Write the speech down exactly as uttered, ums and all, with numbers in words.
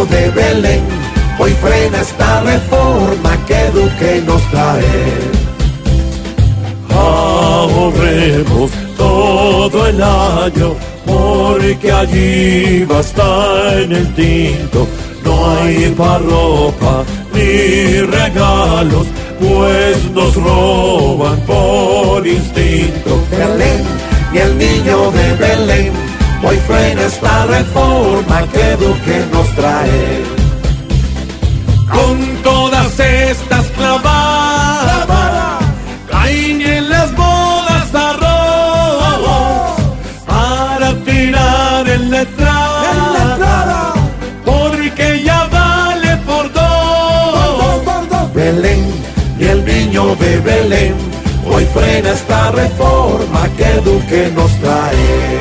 niño de Belén, hoy frena esta reforma que Duque nos trae. Ahorremos todo el año, porque allí va a estar en el tinto. No hay pa' ropa ni regalos, pues nos roban por instinto. Belén y el niño de Belén, hoy frena esta reforma que Duque nos trae. Con todas estas clavadas, caen en las bodas arroz, para tirar en la entrada, porque ya vale por dos. Belén y el niño de Belén, hoy frena esta reforma que Duque nos trae.